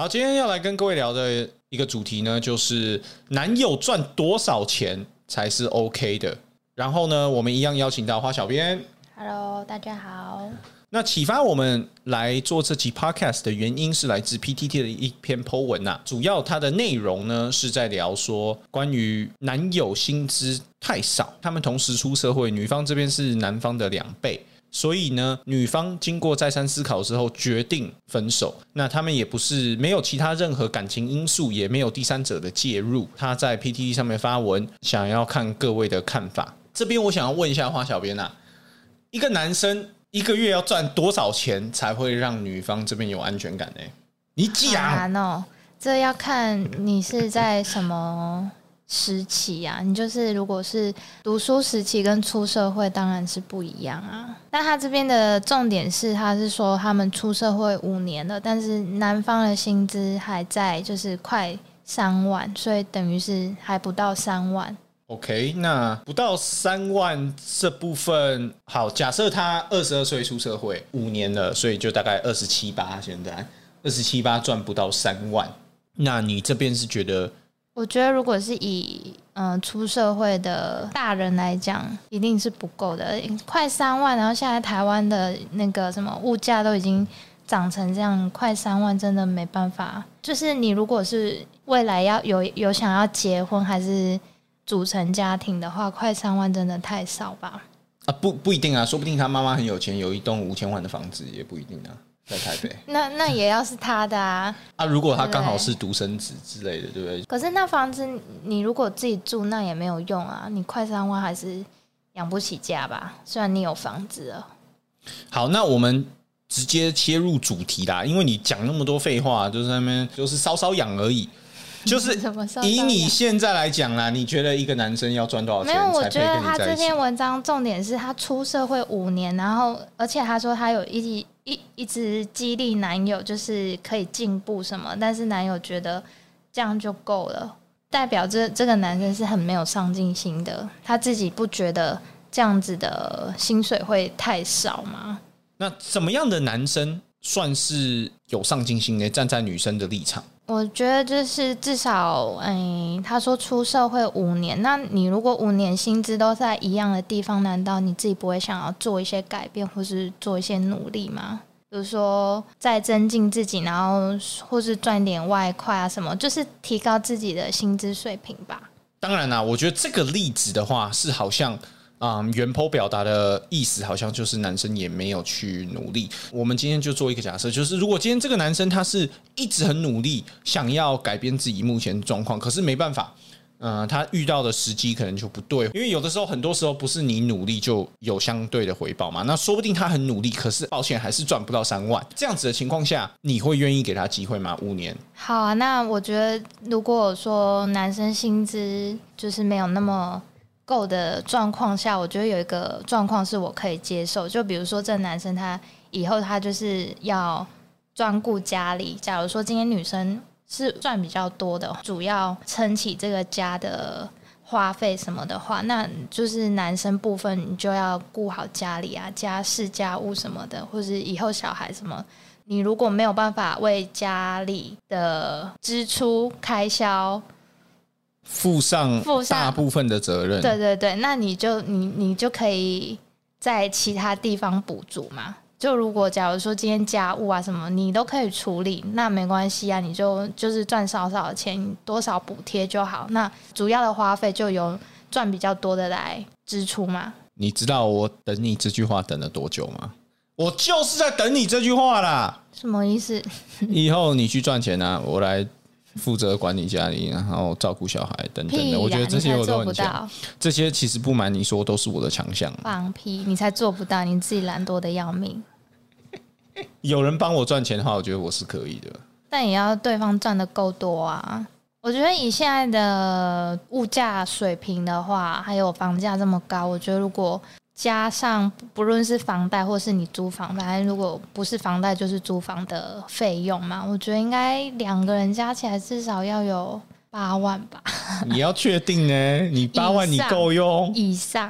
好，今天要来跟各位聊的一个主题呢，就是男友赚多少钱才是 OK 的。然后呢，我们一样邀请到花小编。 Hello， 大家好。 那启发我们来做这期 podcast 的原因是来自 PTT 的一篇 po 文啊，主要它的内容呢是在聊说关于男友薪资太少，他们同时出社会，女方这边是男方的2倍。所以呢，女方经过再三思考之后决定分手。那他们也不是没有其他任何感情因素，也没有第三者的介入。他在 PTT 上面发文，想要看各位的看法。这边我想要问一下花小编啊，一个男生一个月要赚多少钱才会让女方这边有安全感呢？你讲。 好难哦，这要看你是在什么时期啊，你就是如果是读书时期跟出社会当然是不一样啊。但他这边的重点是，他是说他们出社会5年了，但是男方的薪资还在就是快3万，所以等于是还不到3万。 OK， 那不到3万这部分，好，假设他22岁出社会5年了，所以就大概27、8，现在27、8赚不到3万。那你这边是觉得？ 我觉得如果是以出社会的大人来讲，一定是不够的，快3万，然后现在台湾的那个什么物价都已经涨成这样，快3万真的没办法。就是你如果是未来要有想要结婚还是组成家庭的话，快3万真的太少吧？ 啊，不一定啊，说不定他妈妈很有钱，有一栋5000万的房子，也不一定啊。在台北， 那也要是他的啊。 如果他刚好是独生子之类的，对不对？ 可是那房子你如果自己住，那也没有用啊。你快3万还是养不起家吧？虽然你有房子了。 好，那我们直接切入主题啦，因为你讲那么多废话，就是那边就是搔搔痒而已。就是以你现在来讲啦，你觉得一个男生要赚多少钱？ 没有，我觉得他这篇文章重点是他出社会5年，然后而且他说他有一直激励男友，就是可以进步什么，但是男友觉得这样就够了，代表这个男生是很没有上进心的，他自己不觉得这样子的薪水会太少吗？ 那怎么样的男生算是有上进心呢？站在女生的立场， 我觉得就是至少，他说出社会5年，那你如果5年薪资都在一样的地方，难道你自己不会想要做一些改变，或是做一些努力吗？比如说再增进自己，然后或是赚点外快啊什么，就是提高自己的薪资水平吧。 当然啦，我觉得这个例子的话是好像。原 po 表达的意思好像就是男生也没有去努力。我们今天就做一个假设，就是如果今天这个男生他是一直很努力，想要改变自己目前的状况，可是没办法，他遇到的时机可能就不对，因为有的时候很多时候不是你努力就有相对的回报嘛。那说不定他很努力，可是抱歉还是赚不到3万，这样子的情况下，你会愿意给他机会吗？5年。 好啊，那我觉得如果说男生薪资就是没有那么够的状况下，我觉得有一个状况是我可以接受，就比如说这男生他以后他就是要专顾家里，假如说今天女生是赚比较多的，主要撑起这个家的花费什么的话，那就是男生部分你就要顾好家里啊，家事家务什么的，或是以后小孩什么，你如果没有办法为家里的支出开销负上大部分的责任， 对对对，那你就可以在其他地方补足嘛。就如果假如说今天家务啊什么你都可以处理，那没关系啊，你就是赚少少的钱，多少补贴就好。那主要的花费就由赚比较多的来支出嘛。 你知道我等你这句话等了多久吗？我就是在等你这句话啦。 什么意思？ 以后你去赚钱啊，我来负责管理家里，然后照顾小孩等等的，我觉得这些我都很强。这些其实不瞒你说，都是我的强项。 放屁！你才做不到，你自己懒惰的要命。 有人帮我赚钱的话，我觉得我是可以的。 但也要对方赚的够多啊。我觉得以现在的物价水平的话，还有房价这么高，我觉得如果加上不论是房贷或是你租房，反正如果不是房贷就是租房的费用嘛，我觉得应该2个人加起来至少要有8万吧。 你要确定呢？你8万你够用？ 以上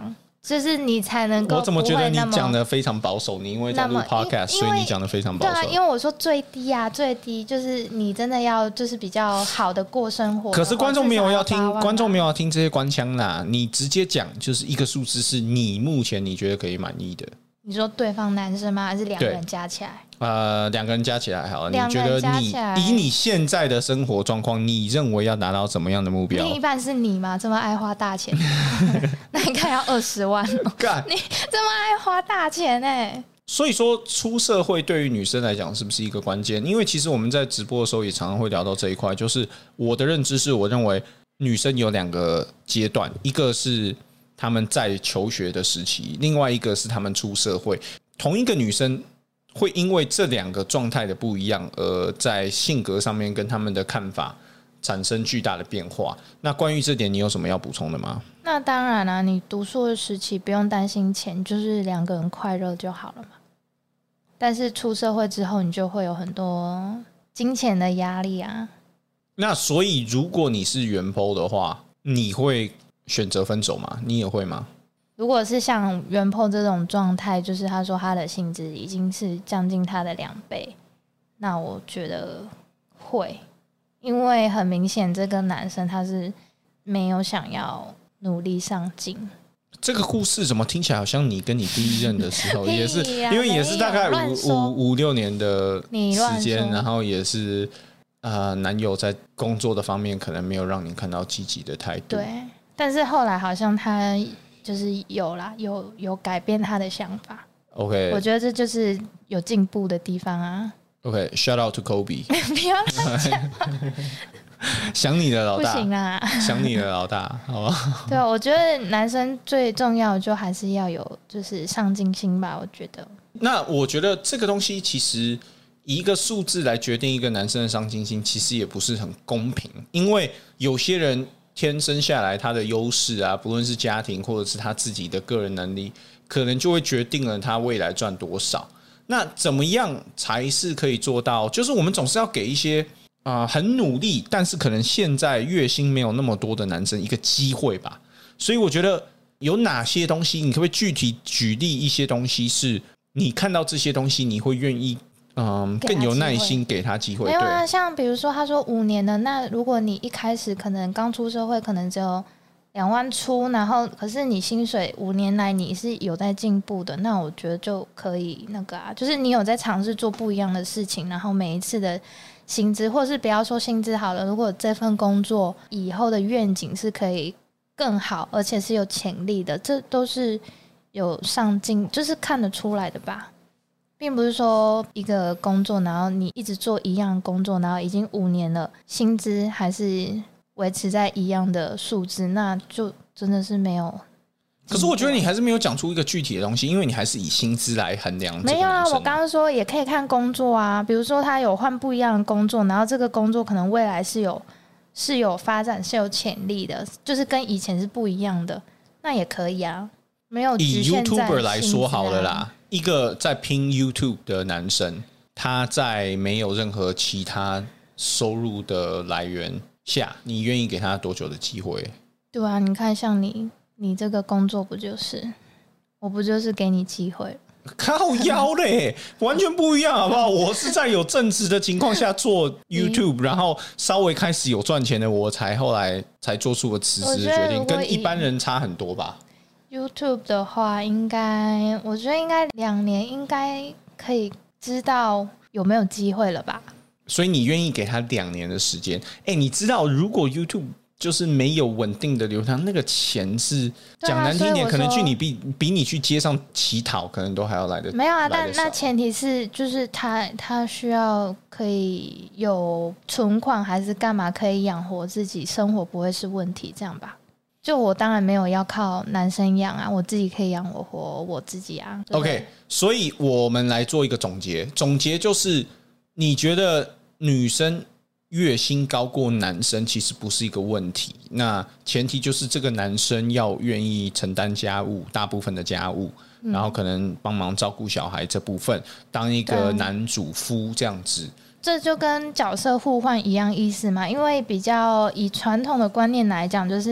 就是你才能够。 我怎么觉得你讲的非常保守？你因为在录 podcast，所以你讲的非常保守。 对啊，因为我说最低啊，最低就是你真的要就是比较好的过生活。 可是观众没有要听，观众没有要听这些官腔啦。你直接讲就是一个数字，是你目前你觉得可以满意的。 你说对方男生吗？还是两个人加起来？ 两个人加起来好了。你觉得以你现在的生活状况，你认为要达到怎么样的目标？ 另一半是你吗？这么爱花大钱，那应该要20万哦。你这么爱花大钱所以说出社会对于女生来讲是不是一个关键？因为其实我们在直播的时候也常常会聊到这一块，就是我的认知是我认为女生有2个阶段，一个是他们在求学的时期，另外一个是他们出社会。同一个女生会因为这2个状态的不一样，而在性格上面跟他们的看法产生巨大的变化。那关于这点，你有什么要补充的吗？ 那当然啦，你读书的时期不用担心钱，就是2个人快乐就好了嘛。但是出社会之后，你就会有很多金钱的压力啊。 那所以，如果你是原 po 的话，你会选择分手吗？你也会吗？ 如果是像原 po 这种状态，就是他说他的薪资已经是将近他的2倍，那我觉得会，因为很明显这个男生他是没有想要努力上进。 这个故事怎么听起来好像你跟你第一任的时候也是，因为也是大概5-6年的时间，然后也是男友在工作的方面可能没有让你看到积极的态度。 对，但是后来好像他就是有改变他的想法。 OK， 我觉得这就是有进步的地方啊。 OK，shout out to Kobe 不要乱讲。 想你的老大， 不行啦， 想你的老大，好吧？ 对啊，我觉得男生最重要的就还是要有就是上进心吧。我觉得， 那我觉得这个东西其实以一个数字来决定一个男生的上进心，其实也不是很公平，因为有些人天生下来他的优势啊，不论是家庭或者是他自己的个人能力，可能就会决定了他未来赚多少。那怎么样才是可以做到？就是我们总是要给一些很努力，但是可能现在月薪没有那么多的男生一个机会吧。所以我觉得有哪些东西，你可不可以具体举例一些东西，是你看到这些东西，你会愿意更有耐心给他机会？ 没有啊，像比如说他说5年的，那如果你一开始可能刚出社会，可能只有2万出，然后可是你薪水5年来你是有在进步的，那我觉得就可以那个啊，就是你有在尝试做不一样的事情，然后每一次的薪资，或是不要说薪资好了，如果这份工作以后的愿景是可以更好，而且是有潜力的，这都是有上进，就是看得出来的吧。并不是说一个工作，然后你一直做一样工作，然后已经5年了，薪资还是维持在一样的数字，那就真的是没有。 可是我觉得你还是没有讲出一个具体的东西，因为你还是以薪资来衡量。 没有啊，我刚刚说也可以看工作啊，比如说他有换不一样的工作，然后这个工作可能未来是有发展、是有潜力的，就是跟以前是不一样的，那也可以啊。没有局限在薪资啊。以 YouTuber 来说好了啦，一个在拼 YouTube 的男生，他在没有任何其他收入的来源下，你愿意给他多久的机会？ 对啊，你看像你这个工作不就是，我不就是给你机会？ 靠腰嘞，完全不一样，好不好？我是在有正职的情况下做 YouTube，然后稍微开始有赚钱的，我才后来才做出个辞职的决定，跟一般人差很多吧。 YouTube 的话，我觉得应该2年应该可以知道有没有机会了吧。 所以你愿意给他2年的时间？你知道如果 YouTube就是没有稳定的流量，那个钱是讲难听点，可能比你去街上乞讨，可能都还要来得没有啊。但那前提是就是他需要可以有存款还是干嘛，可以养活自己，生活不会是问题，这样吧。就我当然没有要靠男生养啊，我自己可以养活我自己啊。 OK， 所以我们来做一个总结，就是你觉得女生月薪高过男生其实不是一个问题，那前提就是这个男生要愿意承担家务，大部分的家务，然后可能帮忙照顾小孩这部分，当一个男主夫这样子。 这就跟角色互换一样意思嘛，因为比较以传统的观念来讲，就是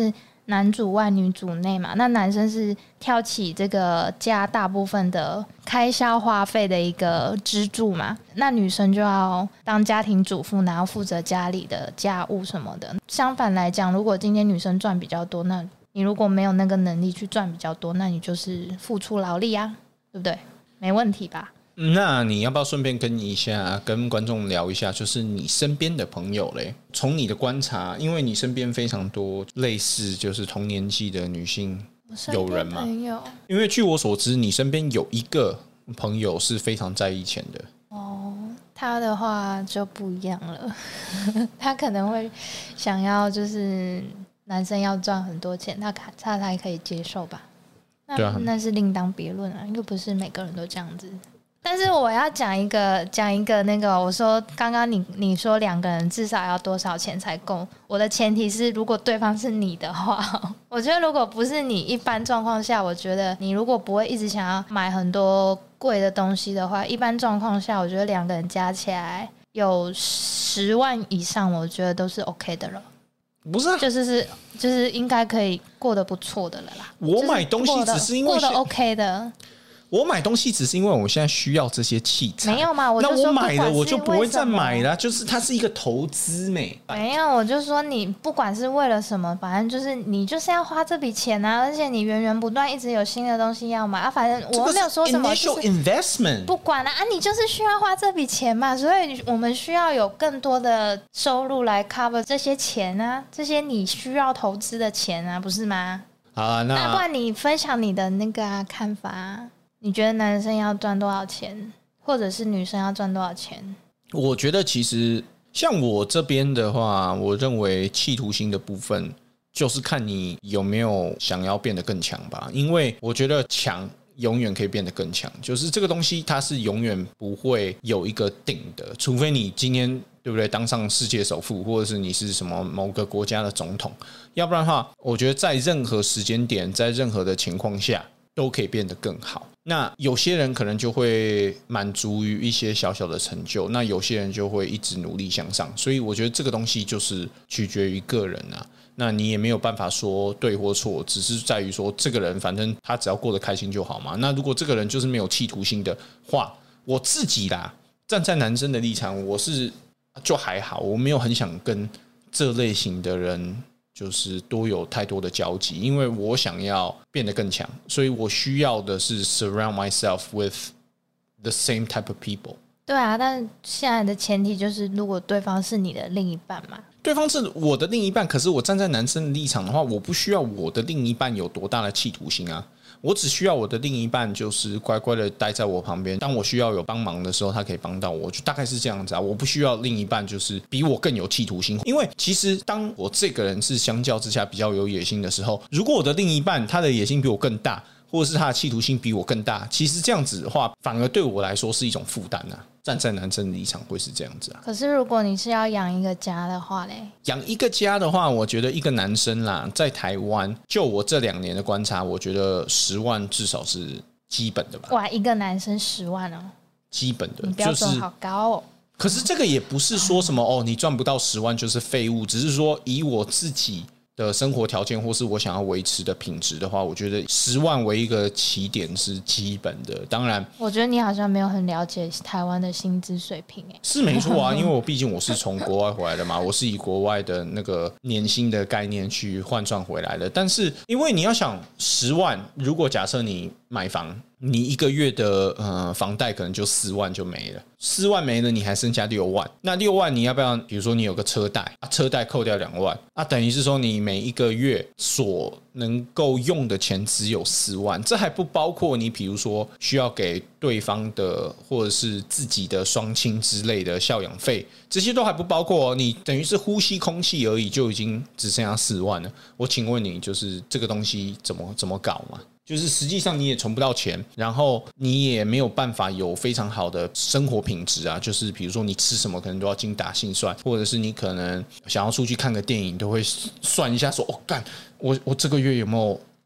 男主外女主内嘛，那男生是挑起这个家大部分的开销花费的一个支柱嘛，那女生就要当家庭主妇，然后负责家里的家务什么的。相反来讲，如果今天女生赚比较多，那你如果没有那个能力去赚比较多，那你就是付出劳力啊，对不对？没问题吧？ 那你要不要顺便跟观众聊一下，就是你身边的朋友嘞？从你的观察，因为你身边非常多类似就是同年纪的女性友人嘛，因为据我所知，你身边有一个朋友是非常在意钱的。 哦，他的话就不一样了，他可能会想要就是男生要赚很多钱，他才可以接受吧？那是另当别论啊，又不是每个人都这样子。但是我要讲一个那个，我说刚刚你说2个人至少要多少钱才够？我的前提是，如果对方是你的话，我觉得如果不是你，一般状况下，我觉得你如果不会一直想要买很多贵的东西的话，一般状况下，我觉得2个人加起来有10万以上，我觉得都是 OK 的了。 不是啊， 就是应该可以过得不错的了啦。 我买东西只是因为过得 OK 的。 我买东西只是因为我现在需要这些器材， 没有嘛？ 那我买了我就不会再买了，就是它是一个投资没有，我就说你不管是为了什么，反正就是你就是要花这笔钱啊，而且你源源不断一直有新的东西要买啊，反正我没有说什么 initial investment， 不管啊，你就是需要花这笔钱嘛，所以我们需要有更多的收入来 cover 这些钱啊，这些你需要投资的钱啊，不是吗？ 好啊，那不然你分享你的那个看法啊。你觉得男生要赚多少钱，或者是女生要赚多少钱？ 我觉得其实像我这边的话，我认为企图心的部分就是看你有没有想要变得更强吧。因为我觉得强永远可以变得更强，就是这个东西它是永远不会有一个顶的，除非你今天对不对当上世界首富，或者是你是什么某个国家的总统，要不然的话，我觉得在任何时间点，在任何的情况下都可以变得更好。那有些人可能就会满足于一些小小的成就，那有些人就会一直努力向上，所以我觉得这个东西就是取决于个人啊。那你也没有办法说对或错，只是在于说这个人反正他只要过得开心就好嘛。那如果这个人就是没有企图心的话，我自己啦，站在男生的立场，我是就还好，我没有很想跟这类型的人就是多有太多的交集，因为我想要变得更强，所以我需要的是 surround myself with the same type of people。 对啊，但现在的前提就是如果对方是你的另一半嘛， 对方是我的另一半，可是我站在男生的立场的话，我不需要我的另一半有多大的企图心啊，我只需要我的另一半就是乖乖的待在我旁边，当我需要有帮忙的时候他可以帮到我，就大概是这样子啊。我不需要另一半就是比我更有企图心，因为其实当我这个人是相较之下比较有野心的时候，如果我的另一半他的野心比我更大，或者是他的企图心比我更大，其实这样子的话反而对我来说是一种负担啊。站在男生的立场会是这样子啊。 可是如果你是要养一个家的话嘞？ 养一个家的话，我觉得一个男生啦，在台湾，就我这2年的观察，我觉得10万至少是基本的吧。 哇，一个男生10万哦， 基本的， 你标准好高哦。 可是这个也不是说什么哦，你赚不到10万就是废物，只是说以我自己的生活条件或是我想要维持的品质的话，我觉得10万为一个起点是基本的。当然我觉得你好像没有很了解台湾的薪资水平耶。 是没错啊，因为毕竟我是从国外回来的嘛，我是以国外的那个年薪的概念去换算回来的。但是因为你要想10万，如果假设你买房，你一个月的房贷可能就4万就没了，4万没了，你还剩下6万。那6万你要不要？比如说你有个车贷啊，车贷扣掉2万啊，等于是说你每一个月所能够用的钱只有4万，这还不包括你比如说需要给对方的或者是自己的双亲之类的赡养费，这些都还不包括哦。你等于是呼吸空气而已，就已经只剩下4万了。我请问你，就是这个东西怎么搞嘛？就是实际上你也存不到钱，然后你也没有办法有非常好的生活品质啊。就是比如说你吃什么可能都要精打细算，或者是你可能想要出去看个电影都会算一下说，哦干，我这个月有没有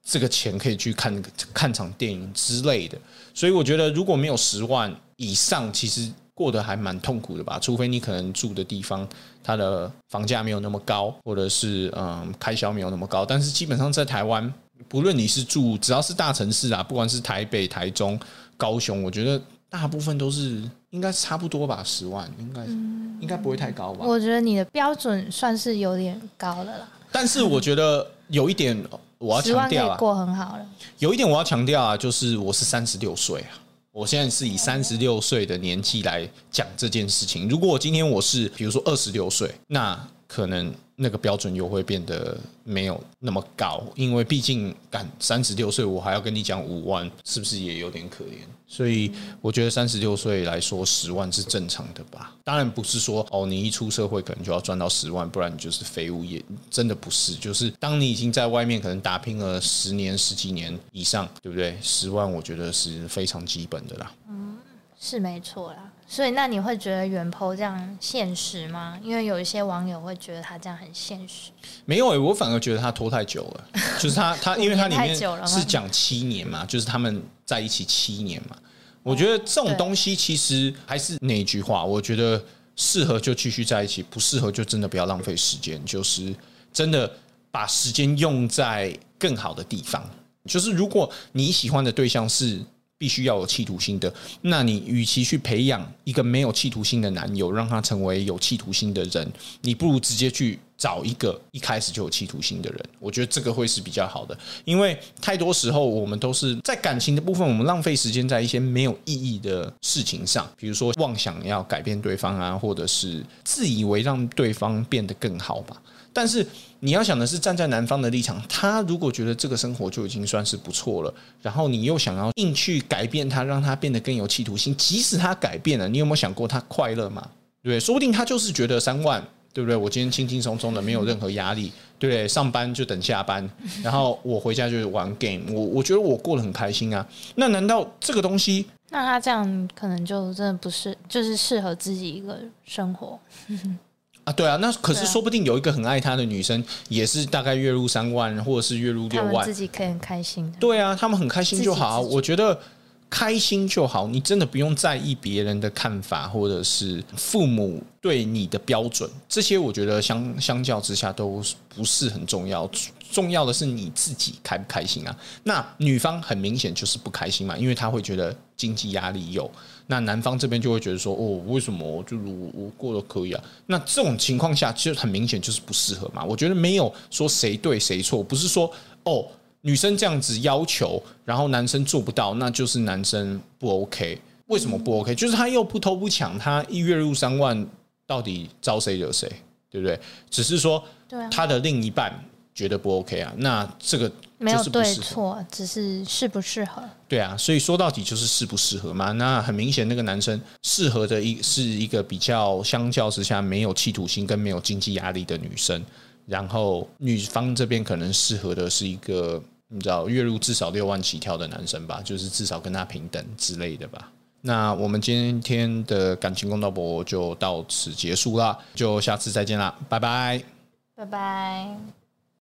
这个钱可以去看场电影之类的。所以我觉得如果没有10万以上，其实过得还蛮痛苦的吧，除非你可能住的地方它的房价没有那么高，或者是开销没有那么高，但是基本上在台湾，不论你是住只要是大城市啊，不管是台北、台中、高雄，我觉得大部分都是应该差不多吧，10万应该不会太高吧。 我觉得你的标准算是有点高了啦， 但是我觉得有一点我要强调 10万可以过很好了。 有一点我要强调啊，就是我是36岁啊。我现在是以36岁的年纪来讲这件事情。如果我今天我是比如说26岁，那可能那个标准又会变得没有那么高，因为毕竟36岁我还要跟你讲5万，是不是也有点可怜？所以我觉得36岁来说10万是正常的吧。当然不是说你一出社会可能就要赚到10万，不然你就是废物，也真的不是。就是当你已经在外面可能打拼了10年、10几年以上，对不对？10万我觉得是非常基本的啦。 是没错啦。所以那你会觉得远PO这样现实吗？因为有一些网友会觉得他这样很现实。 没有我反而觉得他拖太久了。就是他因为他里面是讲7年嘛，就是他们在一起7年嘛。我觉得这种东西其实还是那一句话，我觉得适合就继续在一起，不适合就真的不要浪费时间，就是真的把时间用在更好的地方。就是如果你喜欢的对象是必须要有企图心的，那你与其去培养一个没有企图心的男友，让他成为有企图心的人，你不如直接去找一个一开始就有企图心的人。我觉得这个会是比较好的，因为太多时候我们都是在感情的部分，我们浪费时间在一些没有意义的事情上，比如说妄想要改变对方啊，或者是自以为让对方变得更好吧。但是你要想的是站在男方的立场，他如果觉得这个生活就已经算是不错了，然后你又想要硬去改变他，让他变得更有企图心，即使他改变了，你有没有想过他快乐吗？对不对？说不定他就是觉得3万，对不对？我今天轻轻松松的，没有任何压力，对不对？上班就等下班，然后我回家就玩 game， 我觉得我过得很开心啊。那难道这个东西？ 那他这样可能就真的不是，就是适合自己一个生活。 对啊，那可是说不定有一个很爱他的女生，也是大概月入3万，或者是月入6万， 他们自己可以很开心的。 对啊，他们很开心就好。我觉得开心就好，你真的不用在意别人的看法，或者是父母对你的标准，这些我觉得相较之下都不是很重要。重要的是你自己开不开心啊？那女方很明显就是不开心嘛，因为她会觉得经济压力有。那男方这边就会觉得说，为什么就我过得可以啊？那这种情况下就很明显就是不适合嘛。我觉得没有说谁对谁错，不是说女生这样子要求，然后男生做不到，那就是男生不 OK。为什么不 OK？就是他又不偷不抢，他一月入3万，到底招谁惹谁？对不对？只是说他的另一半觉得不 OK 啊，那这个没有对错，只是适不适合。 对啊，所以说到底就是适不适合嘛。那很明显，那个男生适合的是一个比较相较之下没有企图心跟没有经济压力的女生，然后女方这边可能适合的是一个你知道月入至少6万起跳的男生吧，就是至少跟他平等之类的吧。那我们今天的感情公道博就到此结束啦，就下次再见啦，拜拜， 拜拜。